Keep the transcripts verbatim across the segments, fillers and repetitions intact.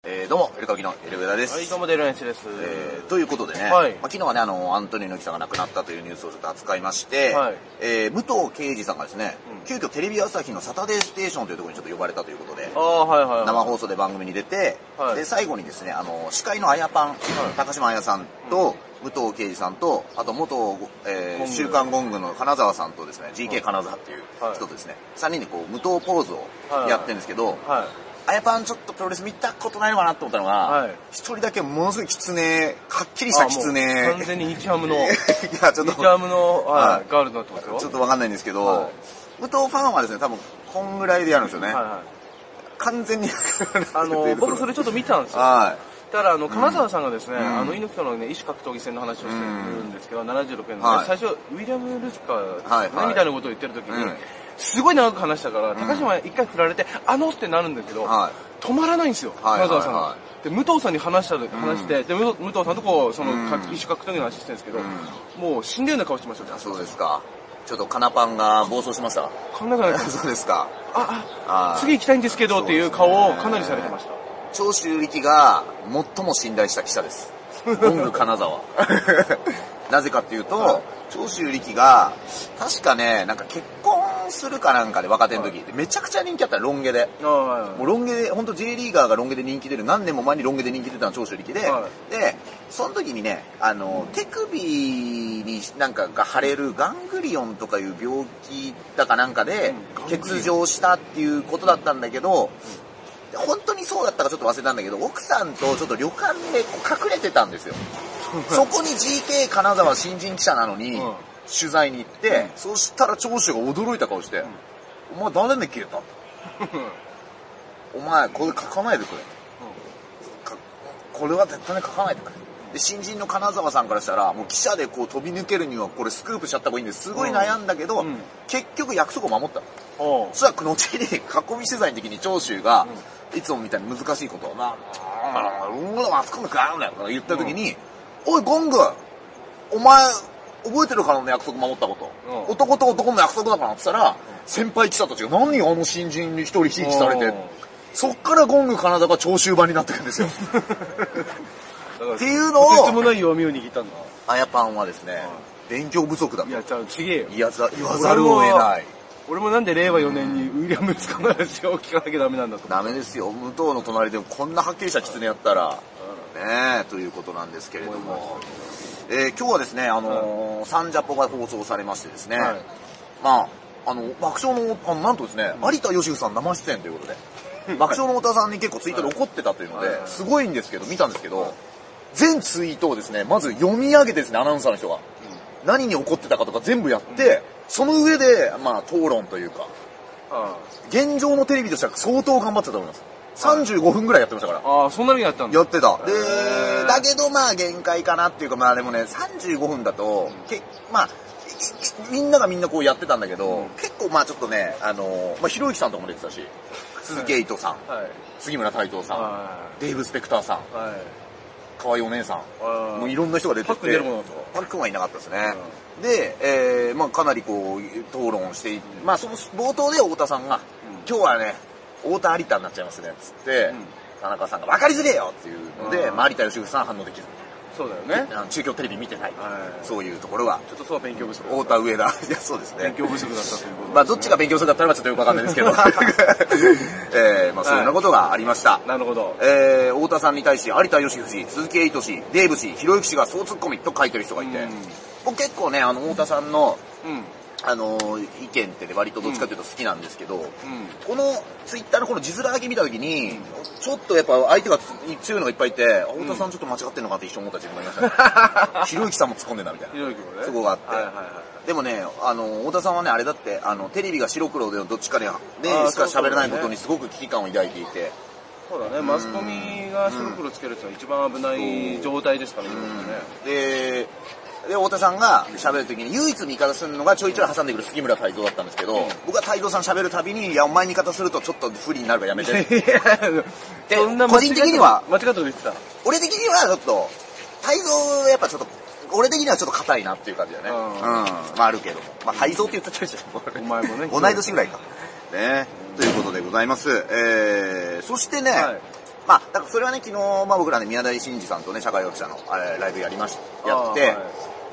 えー、どうも、エルカキのエルベダです。 はい、どうも、デルエンチです。 えー、ということでね、 はい、 まあ、昨日はね、あの、アントニオ猪木さんが亡くなったというニュースをちょっと扱いまして、はい、えー、武藤敬司さんがですね、うん、急遽テレビ朝日のサタデーステーションというところにちょっと呼ばれたということで、 あ、はいはいはい、 生放送で番組に出て、はい、で、最後にですね、あの、司会のあやパン、はい、高島彩さんと、うん、武藤敬司さんと、あと元、えー、週刊ゴングの金沢さんとですね、ジーケー 金沢っていう人とですね、はい、さんにんでこう、無党ポーズをやってるんですけど、はいはいはい、あやぱんちょっとプロレス見たことないのかなと思ったのが、一、はい、人だけものすごいキツネ、はっきりしたキツネ。 完全に日ハムの、いや、ちょっと。 日ハムの、はい、ガールになってますよ。 ちょっとわかんないんですけど、はい、武藤ファンはですね、多分、こんぐらいでやるんですよね。はいはい、完全に。 あの、僕それちょっと見たんですよ。はい。ただ、あの、金沢さんがですね、うん、あの、猪木とのね、異種格闘技戦の話をしてるんですけど、うん、ななじゅうろくねんの、ね、はい、最初、ウィリアム・ルスカー、はいはい、みたいなことを言ってる時に、うん、すごい長く話したから、高島一回振られて、あのってなるんだけど、はい、止まらないんですよ、金沢さんが。で、武藤さんに話した、話して、で、武藤さんとこう、その、異種格闘技の話してるんですけど、もう死んでるような顔してましたよ。 そうですか。ちょっとカナパンが暴走しました。 考えなくなった。 そうですか。 あ、あ、次行きたいんですけどっていう顔をかなりされてました。 長州力が最も信頼した記者です。ゴング金沢。なぜかっていうと、はい、長州力が、確かね、なんか結婚するかなんかで若手の時、はい、めちゃくちゃ人気あったロン毛で。はい、もうロン毛で、ほんと J リーガーがロン毛で人気出る、何年も前にロン毛で人気出たのは長州力で、はい、で、その時にね、あの、手首になんかが腫れるガングリオンとかいう病気だかなんかで、うん、欠場したっていうことだったんだけど、うん、本当にそうだったかちょっと忘れたんだけど、奥さんとちょっと旅館でこう隠れてたんですよ。そこに ジーケー 金沢新人記者なのに、うん、取材に行って、うん、そしたら長州が驚いた顔して、うん、お前誰で消えたお前これ書かないでくれ、うん、これは絶対に書かないでくれ。で、新人の金沢さんからしたら、もう記者でこう飛び抜けるにはこれスクープしちゃった方がいいんです。すごい悩んだけど、うん、結局約束を守ったの。そしたら後に囲み取材の時に長州が、うん、いつもみたいに難しいことを、まあ、うん、あそこのガーンだよとか言った時に、うん、おい、ゴング、お前、覚えてるからの約束守ったこと。うん、男と男の約束だからって言ったら、うん、先輩記者たちが何あの新人に一人ひいきされて、そっからゴング金田が長州版になってくるんですよ。っていうのを、 とてつもない弱みを握ったんだ。 あやパンはですね、うん、勉強不足だと。 いや、じゃあ、ちげえよ。 いや、言わざるを得ない。 俺もなんで令和よねんにウィリアム・スカの話を聞かなきゃダメなんだと。 ダメですよ。武藤の隣でもこんなはっきりした狐やったら、うん、ねえ、ということなんですけれども。えー、今日はですね、あのー、サンジャポが放送されましてですね、はい、まあ、あの、爆笑の、あの、なんとですね、うん、有田芳生さん生出演ということで、爆笑の太田さんに結構ツイートで怒ってたというので、すごいんですけど、見たんですけど、全ツイートをですね、まず読み上げてですね、アナウンサーの人が、うん、何に怒ってたかとか全部やって、うん、その上で、まあ、討論というか、うん、現状のテレビとしては相当頑張ってたと思います。さんじゅうごふんぐらいやってましたから。 ああ、そんなにやったんだ。 やってた。で、だけどまあ限界かなっていうか、まあでもね、さんじゅうごふんだと、うん、けまあ、みんながみんなこうやってたんだけど、うん、結構まあちょっとね、あの、まあ、ひろゆきさんとかも出てたし、鈴木エイトさん、はい、杉村太蔵さん、はい、デーブ・スペクターさん、はい、河合お姉さん、もういろんな人が出てて、 パックン出るものと。 パックンはいなかったですね。うん、で、えー、まあかなりこう、討論して、うん、まあその冒頭で太田さんが、うん、今日はね、太田有田になっちゃいますね、つって、うん、田中さんが分かりづれえよっていうので、まあ、有田芳生さん反応できる。 そうだよね。 中京テレビ見てない。そういうところは。 ちょっとそうは勉強不足。 太田上田。いや、そうですね。 勉強不足だったということ、ね。 まあ、どっちが勉強不足だったのかちょっとよくわかんないですけど。えー、まあ、そんなことがありました。 なるほど。 えー、太田さんに対し、有田芳生氏、鈴木エイト氏、デーブ氏、ひろゆき氏が総ツッコミと書いてる人がいて、僕結構ね、あの、太田さんの、うんあのー、意見ってね、割とどっちかというと好きなんですけど、うん、このツイッターのこの字面上げ見たときに、うん、ちょっとやっぱ相手が強いのがいっぱいいて、太田さんちょっと間違ってんのかって一瞬思った自分がいましたね。ひろゆきさんも突っ込んでんだみたいな。 ひろゆきもね。 そこがあって。はいはいはい、でもね、あの、太田さんはね、あれだって、あの、テレビが白黒でどっちかで、でしか喋れないことにすごく危機感を抱いていて。 そうだね、マスコミが白黒つけるってのは一番危ない状態ですからね、 うん、で、で、太田さんが喋るときに唯一味方するのがちょいちょい挟んでくる杉村太蔵だったんですけど、うん、僕は太蔵さん喋るたびに、いや、お前味方するとちょっと不利になるからやめて。で、個人的には、 間違ったこと言ってた。 俺的にはちょっと、太蔵やっぱちょっと、俺的にはちょっと硬いなっていう感じだね。うん。うん、まああるけども。まあ太蔵って言ったらちょいちょい。 お前もね。 同い年ぐらいか。ね。ということでございます。えー、そしてね、はい、 まあ、だからそれはね、昨日、まあ僕らね、宮台真司さんとね、社会学者の、あれ、ライブやりまし、やって、はい、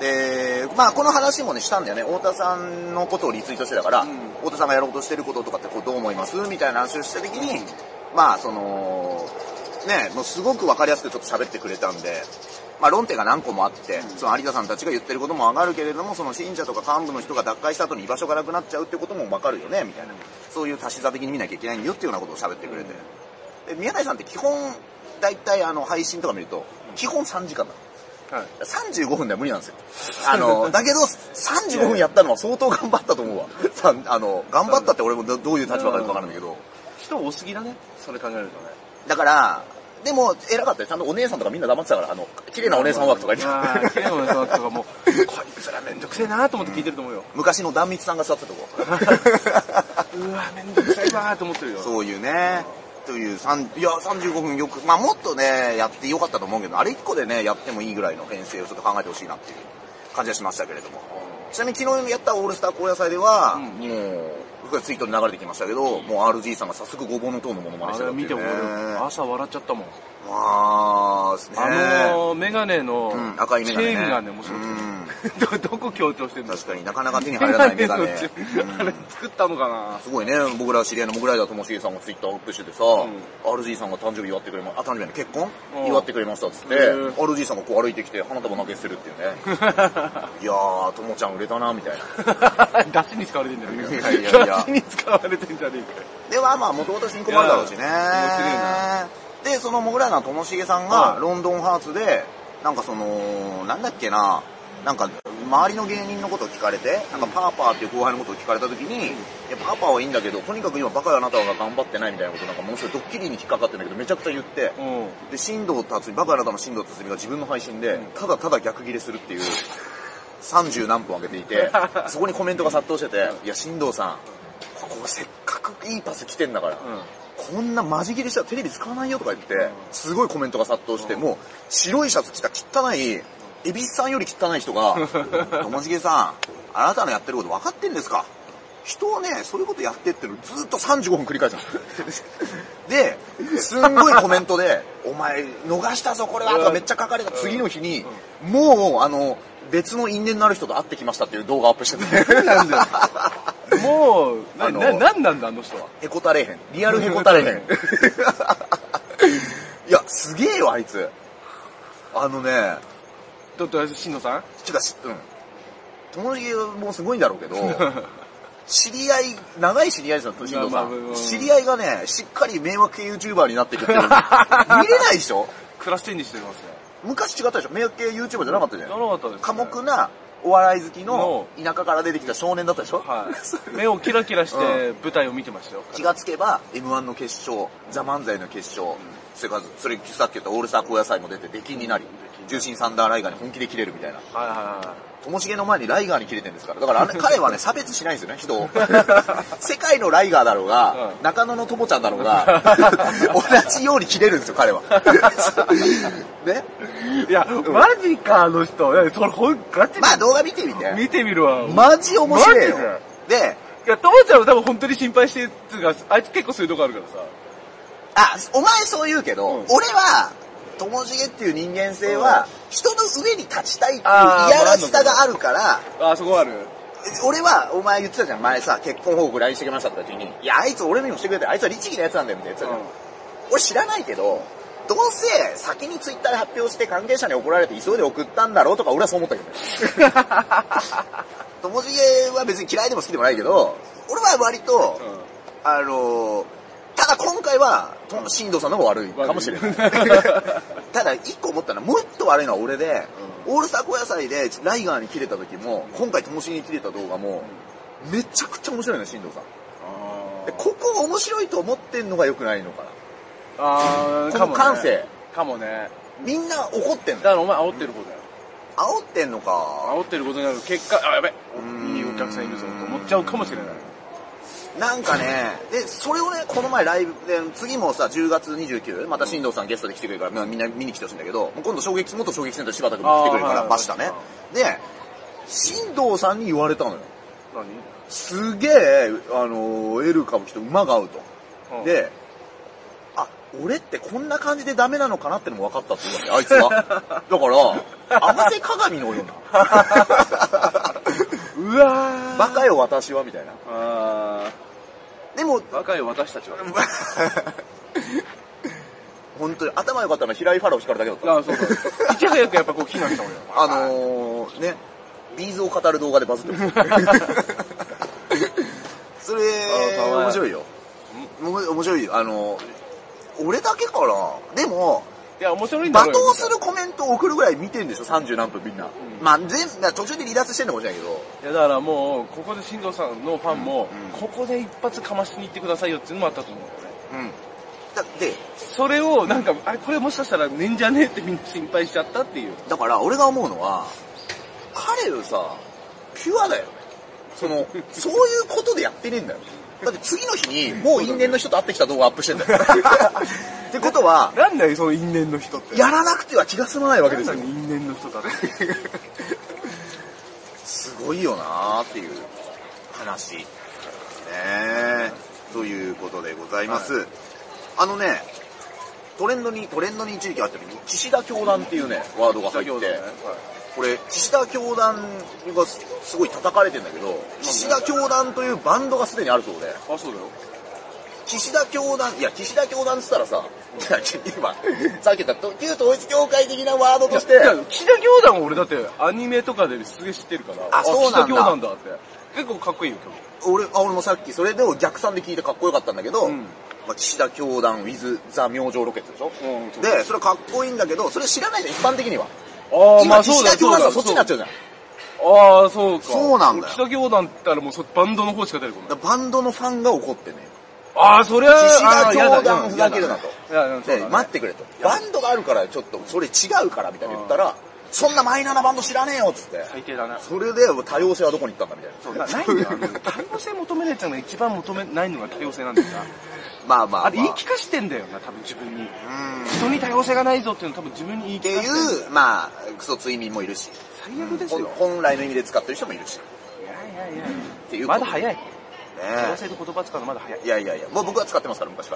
で、まあこの話もね、したんだよね。太田さんのことをリツイートしてたから、うん、太田さんがやろうとしてることとかってこうどう思いますみたいな話をした時に、まあその、ね、もうすごくわかりやすくちょっと喋ってくれたんで、まあ論点が何個もあって、うん、その有田さんたちが言ってることもわかるけれども、その信者とか幹部の人が脱会した後に居場所がなくなっちゃうってこともわかるよね、みたいな。そういう足し算的に見なきゃいけないんよっていうようなことを喋ってくれて。で、宮台さんって基本、だいたいあの配信とか見ると、基本さんじかんだ。はい、さんじゅうごふんでは無理なんですよ。あの、だけど、さんじゅうごふんやったのは相当頑張ったと思うわ。あの、頑張ったって俺もどういう立場かよくわかるんだけど。 人多すぎだね。それ考えるとね。 だから、でも、偉かったよ。ちゃんとお姉さんとかみんな黙ってたから、あの、綺麗なお姉さん枠とか言ってた。 綺麗なお姉さん枠とかも、こいつらめんどくせえなと思って聞いてると思うよ。 昔の壇蜜さんが座ってたとこ。 うわ、めんどくさいわーと思ってるよ。 そういうね。という、三いや、さんじゅうごふんよく、まあもっとね、やってよかったと思うけど、あれいっこでね、やってもいいぐらいの編成をちょっと考えてほしいなっていう感じはしましたけれども。ちなみに昨日やったオールスター高野祭では、うん、もう、僕がツイートで流れてきましたけど、もう アールジー さんが早速ごぼうの塔のものまねしてたっていう、ね。 あれ見ても朝笑っちゃったもん。 まあ、ね、 あのメガネの、うん、赤いメガネ、ね、チェーンがね、面白くて、うん、ど, どこ強調してるんですか。 確かになかなか手に入らないメガネ。 あれ作ったのかな。 すごいね、僕ら知り合いのモグライダーともしげさんがツイッターアップしててさ、うん、アールジー さんが誕生日祝ってくれま、あ、誕生日の結婚祝ってくれましたっつって、アールジー さんがこう歩いてきて花束投げ捨てるっていうね。いやー、ともちゃん売れたな、みたいな。 ガチに使われてんじゃねえか。 いやいやいや。 ガチに使われてんじゃねえか。 では、まあ、もともと進行もあるだろうしね。面白いな。で、そのモグライダーのともしげさんが、ロンドンハーツで、なんかその、なんだっけな、なんか、周りの芸人のことを聞かれて、なんかパーパーっていう後輩のことを聞かれたときに、いや、パーパーはいいんだけど、とにかく今バカあなたが頑張ってないみたいなことなんかものすごいドッキリに引っかかってんだけど、めちゃくちゃ言って、で、新藤達美、バカあなたの新藤達美が自分の配信で、ただただ逆ギレするっていう、さんじゅうなんぷん上げていて、そこにコメントが殺到してて、いや、新藤さん、ここせっかくいいパス来てんだから、うん、こんなマジ切れしたらテレビ使わないよとか言って、すごいコメントが殺到して、もう白いシャツ着た汚い、エビスさんより汚い人が、ともしげさん、あなたのやってること分かってんですか？人をね、そういうことやってってるのずっとさんじゅうごふん繰り返すんですで、すんごいコメントで、お前逃したぞこれはとかめっちゃ書かれた次の日に、もうあの、別の因縁のある人と会ってきましたっていう動画アップしてて。 なんだもう、な、な、なんなんだあの人は。 へこたれへん。リアルへこたれへん。いや、すげえよ、あいつ。あのね、 だって、しんのさん違う、うん。ともしげもすごいんだろうけど、知り合い、長い知り合いですよ、しんのさん。知り合いがね、しっかり迷惑系 YouTuber になっていくっていう。見れないでしょ？ クラスチェンジしてますね。 昔違ったでしょ？迷惑系 YouTuber じゃなかったじゃん。 なかったです、ね。 寡黙なお笑い好きの田舎から出てきた少年だったでしょ？ はい。目をキラキラして舞台を見てましたよ。 気がつけば エムワン の決勝、ザ・漫才の決勝、うん、それからそれさっき言ったオールスター高野祭も出て出禁になり、重心サンダーライガーに本気で切れるみたいな。はいはいはい。ともしげの前にライガーに切れてるんですから。だからあれ彼はね、差別しないんですよね、人を。世界のライガーだろうが、うん、中野のともちゃんだろうが、同じように切れるんですよ、彼は。ね。 いや、うん、マジか、あの人。いや、それほん、ガチまあ動画見てみて。 見てみるわ。 マジ面白いよ。で、 いや、ともちゃんは多分本当に心配してるっていうか、あいつ結構そういうとこあるからさ。 あ、お前そう言うけど、うん、俺は、ともしげっていう人間性は、人の上に立ちたいっていういやらしさがあるから、 あ、そこある。 俺は、お前言ってたじゃん、前さ、結婚報告 ライン してきましたって時に、いや、あいつ俺にもしてくれて、あいつは律儀なやつなんだよ、みたいなやつだよ。俺知らないけど、どうせ先にツイッターで発表して関係者に怒られて急いで送ったんだろうとか俺はそう思ったけどね。ともしげは別に嫌いでも好きでもないけど、俺は割と、うん、あのー、ただ今回は、新藤さんの方が悪いかもしれない。ただ一個思ったのは、もっと悪いのは俺で、うん、オールスター高野祭でライガーに切れた時も、今回ともしげに切れた動画も、めちゃくちゃ面白いのよ、新藤さん。でここ面白いと思ってんのが良くないのかな。 あー、 この感性。 かもね。 みんな怒ってんの。 だからお前煽ってることだよ。 煽ってんのか。 煽ってることになる結果、あ、やべ、いいお客さんいるぞと思っちゃうかもしれない。 なんかね、で、それをね、この前ライブで、次もさ、じゅうがつにじゅうくにち、また新藤さんゲストで来てくれるから、みんな見に来てほしいんだけど、今度衝撃、元衝撃戦闘柴田君も来てくれるから、ましたね。で、新藤さんに言われたのよ。 何？ すげえ、あの、エル歌舞伎と馬が合うと。で、あ、 俺ってこんな感じでダメなのかなってのも分かったって言うわけ、あいつは。だから、合わせ鏡のような。 うわー。 バカよ私は、みたいな。 あでも、 バカよ私たちは。 本当に頭良かったのは平井ファラオ光るだけだった。 ああ、そうそう。いち早くやっぱこう避難したもんよ。 あのー、ね、ビーズを語る動画でバズってます。それ、面白いよ。面白いよ。あのー、俺だけかな。でも、 いや、面白いんだろうよ。 罵倒するコメントを送るぐらい見てんでしょ、さんじゅう何分みんな。うん、まあ、全、途中で離脱してんのかもしれないけど。 いや、だからもう、ここで新藤さんのファンも、うん、ここで一発かましに行ってくださいよっていうのもあったと思うよね。うん。だって、それをなんか、あれ、これもしかしたらねんじゃねえってみんな心配しちゃったっていう。 だから、俺が思うのは、彼はさ、ピュアだよね。その、そういうことでやってねえんだよ。だって次の日に、もう因縁の人と会ってきた動画アップしてんだよ。ってことは、 なんだよ、その因縁の人って。 やらなくては気が済まないわけですよ。 因縁の人だって。 すごいよなーっていう話。ねえ。ということでございます。はい、あのね、トレンドに、トレンドに一時期あった時に、岸田教団っていうね、ワードが入って、ね、はい、これ、岸田教団がすごい叩かれてんだけど、岸田教団というバンドがすでにあるそうで。 あ、そうだよ。 岸田教団、いや、岸田教団って言ったらさ、今、さっき言った旧統一教会的なワードとして。いや、 岸田教団は俺だってアニメとかですげえ知ってるから。 あ、そうなんだ。 岸田教団だって。結構かっこいいよ、 曲。俺、あ、俺もさっきそれで逆算で聞いてかっこよかったんだけど、うん、まあ、岸田教団 with ザ明星ロケッツでしょ、うん、そうで、それかっこいいんだけど、それ知らないじゃん、一般的には。 ああ、 今、岸田教団さ、そっちになっちゃうじゃん。 ああ、そうか。 そうなんだよ。 岸田教団って言ったらもうそバンドの方しか出てこない。 バンドのファンが怒ってね。 ああ、そりゃ岸田教団ふざけるなと。 いやいや、 で、待ってくれと。バンドがあるからちょっと、それ違うからみたいな言ったら、そんなマイナーなバンド知らねえよっつって。 最低だな。 それで多様性はどこに行ったんだみたいな。 そう、ないんだよ。多様性求めないってのが一番求めないのが多様性なんだよな。 まあまあ、まあ。 あれ言い聞かしてんだよな、多分自分に。うん。人に多様性がないぞっていうの多分自分に言い聞かしてる。 っていう、まあ、クソ追民もいるし。 最悪ですよ。 本来の意味で使ってる人もいるし。 いやいやいや。 っていう。 まだ早い。 ね、 多様性と言葉使うのまだ早い。 いやいやいや、もう僕は使ってますから、昔から。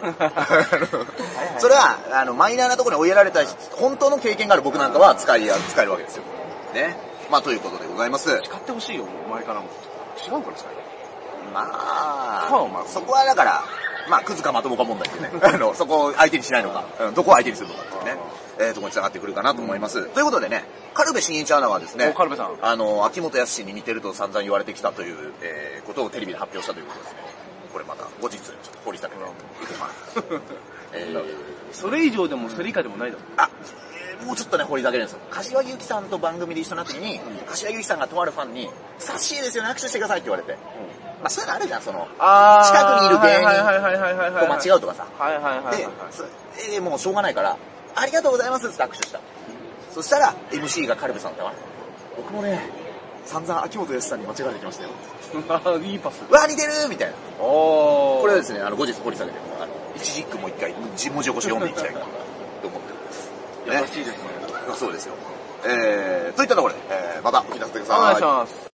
それは、あの、マイナーなところに追いやられた、本当の経験がある僕なんかは使い、使えるわけですよ。ね。まあ、ということでございます。 使ってほしいよ、お前からも。違うから使える。 まあ、そこはだから、まあ、クズかまともか問題ってね。あの、そこを相手にしないのか、どこを相手にするのかっていうね。えー、とこに繋がってくるかなと思います。うん、ということでね、カルベ新一アナはですね、 カルベさん。 あの、秋元康に似てると散々言われてきたという、えー、ことをテレビで発表したということですね。これまた後日ちょっと掘り下げてえー、それ以上でもそれ以下でもないだろう。 あ、えー、もうちょっとね掘り下げるんですよ。柏木由紀さんと番組で一緒になった時に、うん、柏木由紀さんがとあるファンにサッシーですよね、握手してくださいって言われて、うん、まあそういうのあるじゃん、その近くにいる芸人と間違うとかさ、で、えー、もうしょうがないからありがとうございますって握手した、うん、そしたら エムシー がカルベさんだわ、僕もね散々秋元康さんに間違われてきましたよ。 いいパス。 うわ、似てるみたいな。 これはですね、あの後日掘り下げて、あの一軸もう一回文字起こし読んでいきたいなと思っております。 優しいですね。 そうですよ。えー、といったところで、えー、またお聞かせください。 お願いします。